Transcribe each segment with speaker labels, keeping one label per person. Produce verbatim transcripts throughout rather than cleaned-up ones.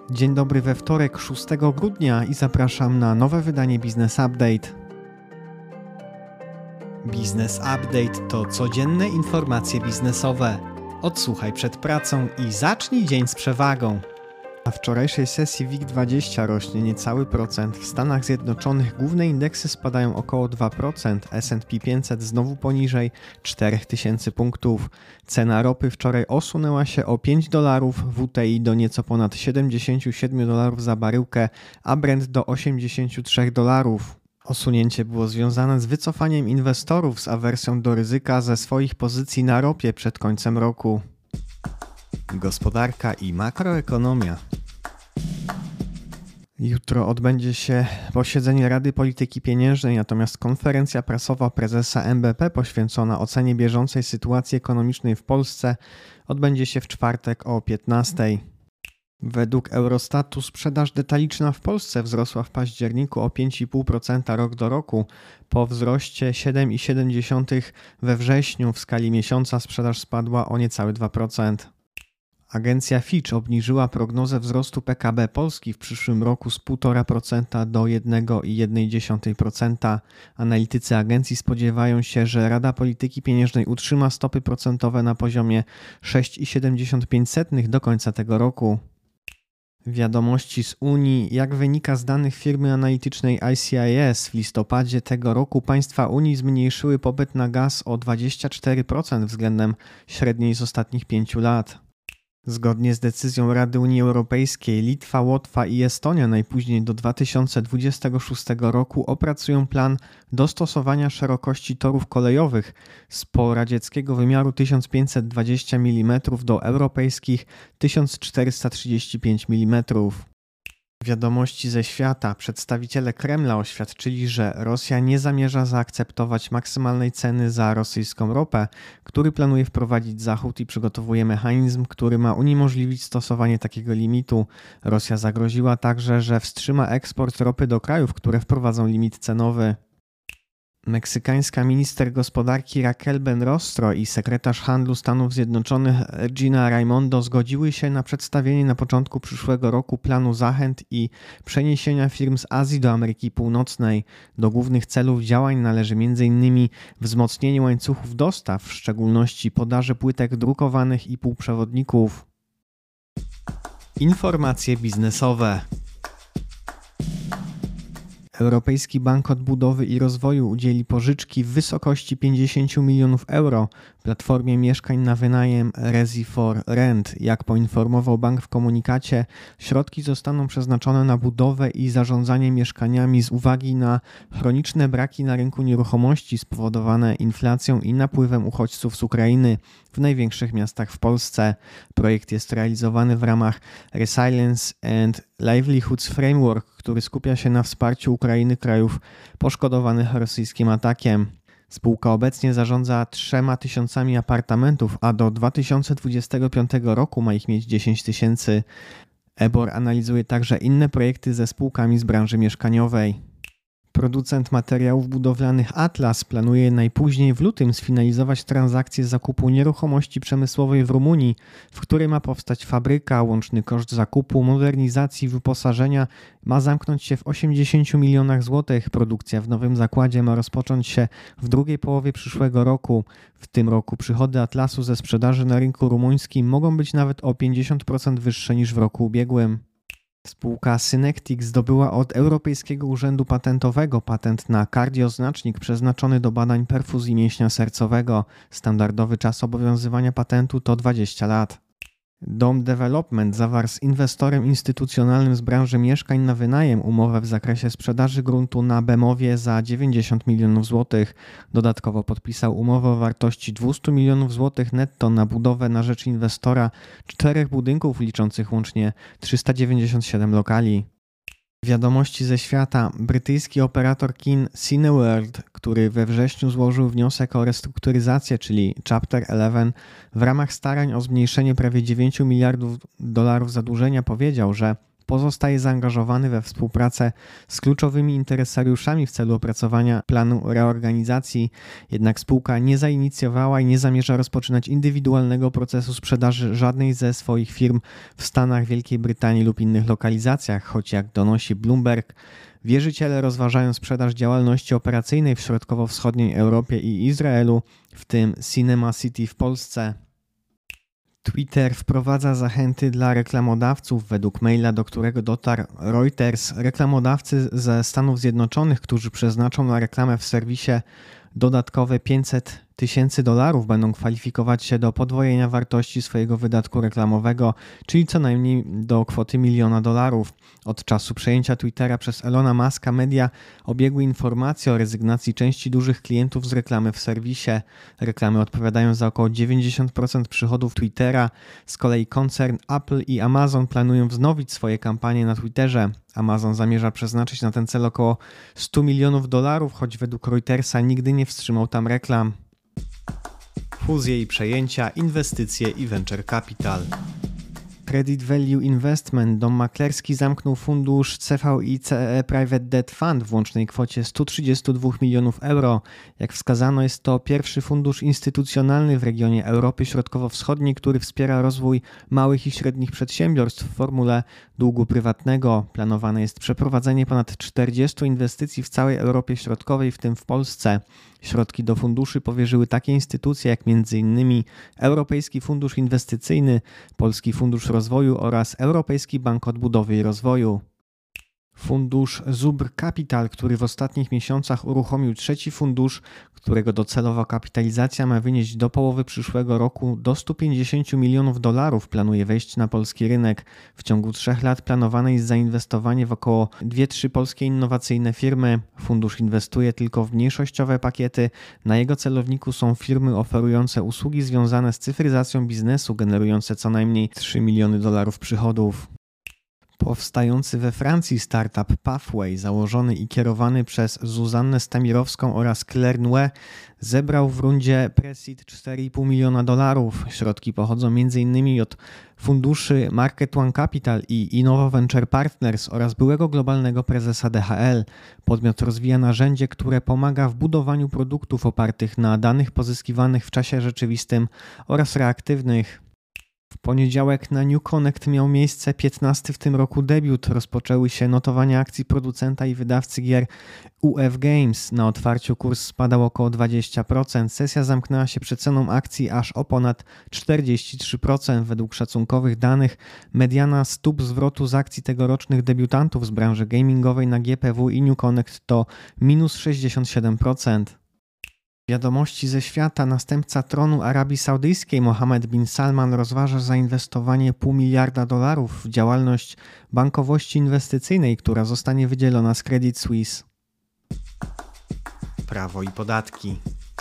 Speaker 1: Dzień dobry we wtorek, szóstego grudnia i zapraszam na nowe wydanie Business Update. Business Update to codzienne informacje biznesowe. Odsłuchaj przed pracą i zacznij dzień z przewagą. Na wczorajszej sesji W I G dwadzieścia rośnie niecały procent, w Stanach Zjednoczonych główne indeksy spadają około dwa procent, S and P pięćset znowu poniżej cztery tysiące punktów. Cena ropy wczoraj osunęła się o pięć dolarów, W T I do nieco ponad siedemdziesiąt siedem dolarów za baryłkę, a Brent do osiemdziesiąt trzy dolarów. Osunięcie było związane z wycofaniem inwestorów z awersją do ryzyka ze swoich pozycji na ropie przed końcem roku. Gospodarka i makroekonomia. Jutro odbędzie się posiedzenie Rady Polityki Pieniężnej, natomiast konferencja prasowa prezesa N B P poświęcona ocenie bieżącej sytuacji ekonomicznej w Polsce odbędzie się w czwartek o piętnastej. Według Eurostatu sprzedaż detaliczna w Polsce wzrosła w październiku o pięć i pół procent rok do roku. Po wzroście siedem i siedem procent we wrześniu w skali miesiąca sprzedaż spadła o niecały dwa procent. Agencja Fitch obniżyła prognozę wzrostu P K B Polski w przyszłym roku z pół torej procent do jeden i jedna dziesiąta procent. Analitycy agencji spodziewają się, że Rada Polityki Pieniężnej utrzyma stopy procentowe na poziomie sześć i siedemdziesiąt pięć do końca tego roku. Wiadomości z Unii. Jak wynika z danych firmy analitycznej I C I S, w listopadzie tego roku państwa Unii zmniejszyły popyt na gaz o dwadzieścia cztery procent względem średniej z ostatnich pięciu lat. Zgodnie z decyzją Rady Unii Europejskiej Litwa, Łotwa i Estonia najpóźniej do dwa tysiące dwudziestego szóstego roku opracują plan dostosowania szerokości torów kolejowych z poradzieckiego wymiaru tysiąc pięćset dwadzieścia milimetrów do europejskich tysiąc czterysta trzydzieści pięć milimetrów. Wiadomości ze świata. Przedstawiciele Kremla oświadczyli, że Rosja nie zamierza zaakceptować maksymalnej ceny za rosyjską ropę, który planuje wprowadzić Zachód i przygotowuje mechanizm, który ma uniemożliwić stosowanie takiego limitu. Rosja zagroziła także, że wstrzyma eksport ropy do krajów, które wprowadzą limit cenowy. Meksykańska minister gospodarki Raquel Buenrostro i sekretarz handlu Stanów Zjednoczonych Gina Raimondo zgodziły się na przedstawienie na początku przyszłego roku planu zachęt i przeniesienia firm z Azji do Ameryki Północnej. Do głównych celów działań należy między innymi wzmocnienie łańcuchów dostaw, w szczególności podaży płytek drukowanych i półprzewodników. Informacje biznesowe. Europejski Bank Odbudowy i Rozwoju udzieli pożyczki w wysokości pięćdziesiąt milionów euro platformie mieszkań na wynajem Resi for Rent. Jak poinformował bank w komunikacie, środki zostaną przeznaczone na budowę i zarządzanie mieszkaniami z uwagi na chroniczne braki na rynku nieruchomości spowodowane inflacją i napływem uchodźców z Ukrainy w największych miastach w Polsce. Projekt jest realizowany w ramach Resilience and Livelihoods Framework, który skupia się na wsparciu Ukrainy krajów poszkodowanych rosyjskim atakiem. Spółka obecnie zarządza trzema tysiącami apartamentów, a do dwa tysiące dwudziestego piątego roku ma ich mieć dziesięć tysięcy. E B O R analizuje także inne projekty ze spółkami z branży mieszkaniowej. Producent materiałów budowlanych Atlas planuje najpóźniej w lutym sfinalizować transakcję zakupu nieruchomości przemysłowej w Rumunii, w której ma powstać fabryka. Łączny koszt zakupu, modernizacji i wyposażenia ma zamknąć się w osiemdziesięciu milionach złotych. Produkcja w nowym zakładzie ma rozpocząć się w drugiej połowie przyszłego roku. W tym roku przychody Atlasu ze sprzedaży na rynku rumuńskim mogą być nawet o pięćdziesiąt procent wyższe niż w roku ubiegłym. Spółka Synectic zdobyła od Europejskiego Urzędu Patentowego patent na kardioznacznik przeznaczony do badań perfuzji mięśnia sercowego. Standardowy czas obowiązywania patentu to dwadzieścia lat. Dom Development zawarł z inwestorem instytucjonalnym z branży mieszkań na wynajem umowę w zakresie sprzedaży gruntu na Bemowie za dziewięćdziesiąt milionów złotych. Dodatkowo podpisał umowę o wartości dwieście milionów złotych netto na budowę na rzecz inwestora czterech budynków liczących łącznie trzysta dziewięćdziesiąt siedem lokali. Wiadomości ze świata. Brytyjski operator kin Cineworld, który we wrześniu złożył wniosek o restrukturyzację, czyli Chapter jedenaście, w ramach starań o zmniejszenie prawie dziewięć miliardów dolarów zadłużenia powiedział, że pozostaje zaangażowany we współpracę z kluczowymi interesariuszami w celu opracowania planu reorganizacji, jednak spółka nie zainicjowała i nie zamierza rozpoczynać indywidualnego procesu sprzedaży żadnej ze swoich firm w Stanach, Wielkiej Brytanii lub innych lokalizacjach, choć jak donosi Bloomberg, wierzyciele rozważają sprzedaż działalności operacyjnej w środkowo-wschodniej Europie i Izraelu, w tym Cinema City w Polsce. Twitter wprowadza zachęty dla reklamodawców. Według maila, do którego dotarł Reuters, reklamodawcy ze Stanów Zjednoczonych, którzy przeznaczą na reklamę w serwisie dodatkowe pięćset tysięcy dolarów, będą kwalifikować się do podwojenia wartości swojego wydatku reklamowego, czyli co najmniej do kwoty miliona dolarów. Od czasu przejęcia Twittera przez Elona Muska media obiegły informacje o rezygnacji części dużych klientów z reklamy w serwisie. Reklamy odpowiadają za około dziewięćdziesiąt procent przychodów Twittera. Z kolei koncern Apple i Amazon planują wznowić swoje kampanie na Twitterze. Amazon zamierza przeznaczyć na ten cel około sto milionów dolarów, choć według Reutersa nigdy nie wstrzymał tam reklam. Fuzje i przejęcia, inwestycje i venture capital. Credit Value Investment, dom maklerski, zamknął fundusz C V I C E Private Debt Fund w łącznej kwocie sto trzydzieści dwa milionów euro. Jak wskazano, jest to pierwszy fundusz instytucjonalny w regionie Europy Środkowo-Wschodniej, który wspiera rozwój małych i średnich przedsiębiorstw w formule długu prywatnego. Planowane jest przeprowadzenie ponad czterdziestu inwestycji w całej Europie Środkowej, w tym w Polsce. Środki do funduszy powierzyły takie instytucje jak między innymi Europejski Fundusz Inwestycyjny, Polski Fundusz Rozwoju oraz Europejski Bank Odbudowy i Rozwoju. Fundusz Zubr Capital, który w ostatnich miesiącach uruchomił trzeci fundusz, którego docelowa kapitalizacja ma wynieść do połowy przyszłego roku do stu pięćdziesięciu milionów dolarów, planuje wejść na polski rynek. W ciągu trzech lat planowane jest zainwestowanie w około dwie trzy polskie innowacyjne firmy. Fundusz inwestuje tylko w mniejszościowe pakiety. Na jego celowniku są firmy oferujące usługi związane z cyfryzacją biznesu, generujące co najmniej trzy miliony dolarów przychodów. Powstający we Francji startup Pathway, założony i kierowany przez Zuzannę Stamirowską oraz Claire Nouet, zebrał w rundzie Pre-Seed cztery i pół miliona dolarów. Środki pochodzą między innymi od funduszy Market One Capital i Innova Venture Partners oraz byłego globalnego prezesa D H L. Podmiot rozwija narzędzie, które pomaga w budowaniu produktów opartych na danych pozyskiwanych w czasie rzeczywistym oraz reaktywnych. W poniedziałek na New Connect miał miejsce piętnasty w tym roku debiut. Rozpoczęły się notowania akcji producenta i wydawcy gier U F Games. Na otwarciu kurs spadał około dwadzieścia procent. Sesja zamknęła się przeceną akcji aż o ponad czterdzieści trzy procent. Według szacunkowych danych mediana stóp zwrotu z akcji tegorocznych debiutantów z branży gamingowej na G P W i New Connect to minus sześćdziesiąt siedem procent. Wiadomości ze świata. Następca tronu Arabii Saudyjskiej Mohammed bin Salman rozważa zainwestowanie pół miliarda dolarów w działalność bankowości inwestycyjnej, która zostanie wydzielona z Credit Suisse. Prawo i podatki.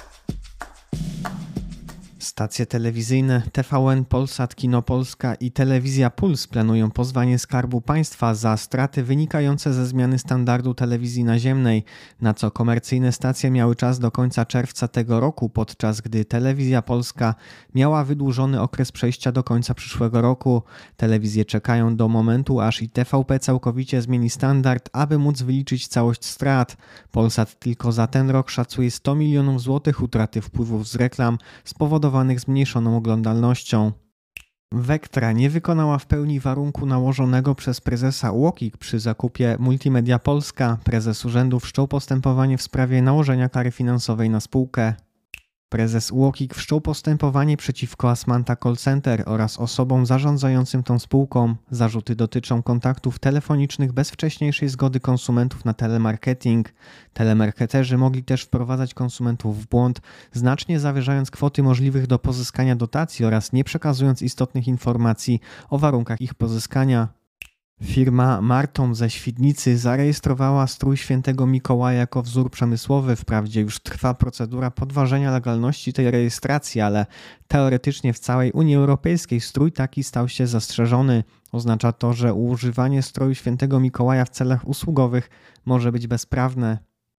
Speaker 1: Stacje telewizyjne T V N, Polsat, Kino Polska i Telewizja Puls planują pozwanie Skarbu Państwa za straty wynikające ze zmiany standardu telewizji naziemnej, na co komercyjne stacje miały czas do końca czerwca tego roku, podczas gdy Telewizja Polska miała wydłużony okres przejścia do końca przyszłego roku. Telewizje czekają do momentu, aż i T V P całkowicie zmieni standard, aby móc wyliczyć całość strat. Polsat tylko za ten rok szacuje sto milionów złotych utraty wpływów z reklam spowodowanych zmniejszoną oglądalnością. Vectra nie wykonała w pełni warunku nałożonego przez prezesa UOKiK przy zakupie Multimedia Polska. Prezes urzędu wszczął postępowanie w sprawie nałożenia kary finansowej na spółkę. Prezes UOKiK wszczął postępowanie przeciwko Asmanta Call Center oraz osobom zarządzającym tą spółką. Zarzuty dotyczą kontaktów telefonicznych bez wcześniejszej zgody konsumentów na telemarketing. Telemarketerzy mogli też wprowadzać konsumentów w błąd, znacznie zawyżając kwoty możliwych do pozyskania dotacji oraz nie przekazując istotnych informacji o warunkach ich pozyskania. Firma Marton ze Świdnicy zarejestrowała strój Świętego Mikołaja jako wzór przemysłowy. Wprawdzie już trwa procedura podważenia legalności tej rejestracji, ale teoretycznie w całej Unii Europejskiej strój taki stał się zastrzeżony. Oznacza to, że używanie stroju Świętego Mikołaja w celach usługowych może być bezprawne.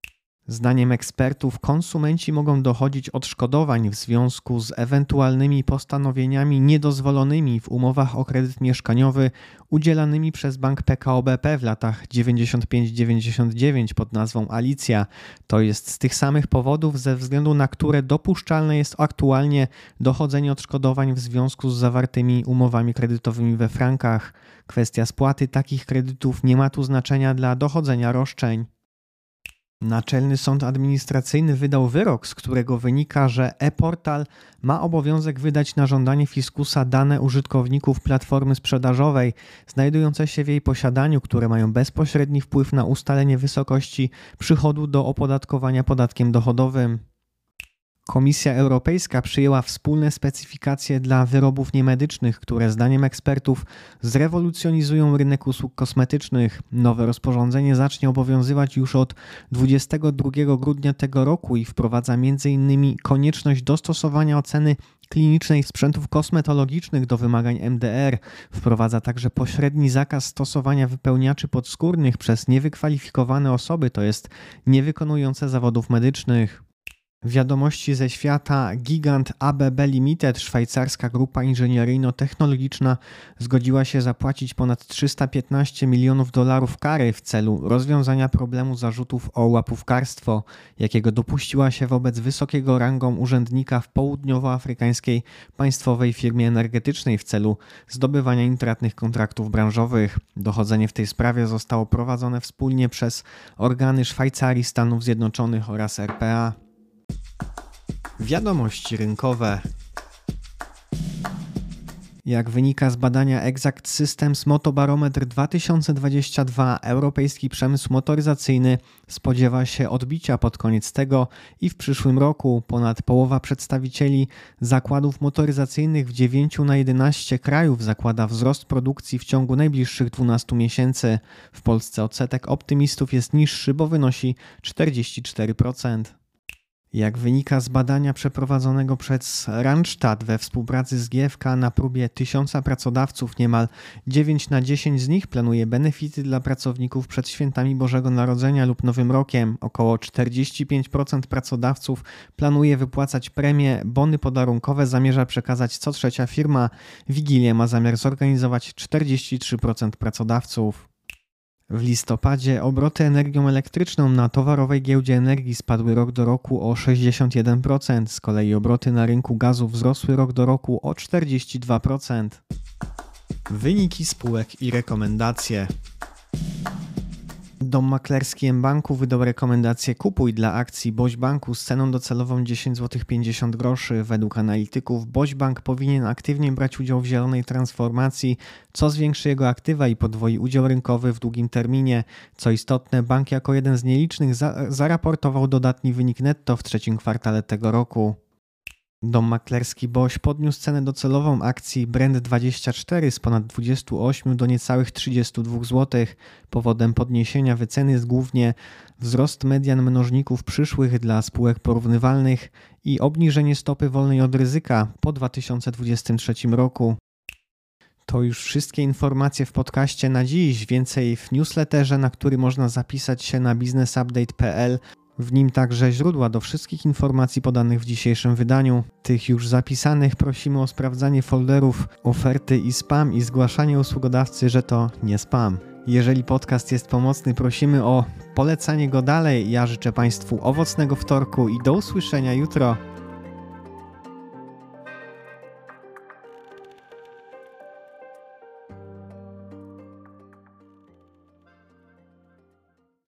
Speaker 1: Zdaniem ekspertów konsumenci mogą dochodzić odszkodowań w związku z ewentualnymi postanowieniami niedozwolonymi w umowach o kredyt mieszkaniowy udzielanymi przez Bank P K O B P w latach dziewięćdziesiąt pięć dziewięćdziesiąt dziewięć pod nazwą Alicja. To jest z tych samych powodów, ze względu na które dopuszczalne jest aktualnie dochodzenie odszkodowań w związku z zawartymi umowami kredytowymi we frankach. Kwestia spłaty takich kredytów nie ma tu znaczenia dla dochodzenia roszczeń. Naczelny Sąd Administracyjny wydał wyrok, z którego wynika, że e-portal ma obowiązek wydać na żądanie fiskusa dane użytkowników platformy sprzedażowej znajdujące się w jej posiadaniu, które mają bezpośredni wpływ na ustalenie wysokości przychodu do opodatkowania podatkiem dochodowym. Komisja Europejska przyjęła wspólne specyfikacje dla wyrobów niemedycznych, które zdaniem ekspertów zrewolucjonizują rynek usług kosmetycznych. Nowe rozporządzenie zacznie obowiązywać już od dwudziestego drugiego grudnia tego roku i wprowadza między innymi konieczność dostosowania oceny klinicznej sprzętów kosmetologicznych do wymagań M D R. Wprowadza także pośredni zakaz stosowania wypełniaczy podskórnych przez niewykwalifikowane osoby, to jest niewykonujące zawodów medycznych. Wiadomości ze świata. Gigant A B B Limited, szwajcarska grupa inżynieryjno-technologiczna, zgodziła się zapłacić ponad trzysta piętnaście milionów dolarów kary w celu rozwiązania problemu zarzutów o łapówkarstwo, jakiego dopuściła się wobec wysokiego rangą urzędnika w południowoafrykańskiej państwowej firmie energetycznej w celu zdobywania intratnych kontraktów branżowych. Dochodzenie w tej sprawie zostało prowadzone wspólnie przez organy Szwajcarii, Stanów Zjednoczonych oraz R P A. Wiadomości rynkowe. Jak wynika z badania Exact Systems Motobarometr dwa tysiące dwudziesty drugi, europejski przemysł motoryzacyjny spodziewa się odbicia pod koniec tego i w przyszłym roku. Ponad połowa przedstawicieli zakładów motoryzacyjnych w dziewięciu na jedenaście krajów zakłada wzrost produkcji w ciągu najbliższych dwunastu miesięcy. W Polsce odsetek optymistów jest niższy, bo wynosi czterdzieści cztery procent. Jak wynika z badania przeprowadzonego przez Randstad we współpracy z G F K na próbie tysiąca pracodawców, niemal dziewięć na dziesięć z nich planuje benefity dla pracowników przed świętami Bożego Narodzenia lub Nowym Rokiem. Około czterdzieści pięć procent pracodawców planuje wypłacać premie, bony podarunkowe zamierza przekazać co trzecia firma. Wigilię ma zamiar zorganizować czterdzieści trzy procent pracodawców. W listopadzie obroty energią elektryczną na towarowej giełdzie energii spadły rok do roku o sześćdziesiąt jeden procent, z kolei obroty na rynku gazu wzrosły rok do roku o czterdzieści dwa procent. Wyniki spółek i rekomendacje. Dom maklerski mBanku wydał rekomendację kupuj dla akcji Boś Banku z ceną docelową dziesięć złotych pięćdziesiąt groszy. Według analityków Boś Bank powinien aktywnie brać udział w zielonej transformacji, co zwiększy jego aktywa i podwoi udział rynkowy w długim terminie. Co istotne, bank jako jeden z nielicznych za- zaraportował dodatni wynik netto w trzecim kwartale tego roku. Dom maklerski Boś podniósł cenę docelową akcji Brent dwadzieścia cztery z ponad dwudziestu ośmiu do niecałych trzydziestu dwóch złotych. Powodem podniesienia wyceny jest głównie wzrost median mnożników przyszłych dla spółek porównywalnych i obniżenie stopy wolnej od ryzyka po dwa tysiące dwudziestym trzecim roku. To już wszystkie informacje w podcaście na dziś. Więcej w newsletterze, na który można zapisać się na business update kropka p l. W nim także źródła do wszystkich informacji podanych w dzisiejszym wydaniu. Tych już zapisanych prosimy o sprawdzanie folderów, oferty i spam i zgłaszanie usługodawcy, że to nie spam. Jeżeli podcast jest pomocny, prosimy o polecanie go dalej. Ja życzę Państwu owocnego wtorku i do usłyszenia jutro.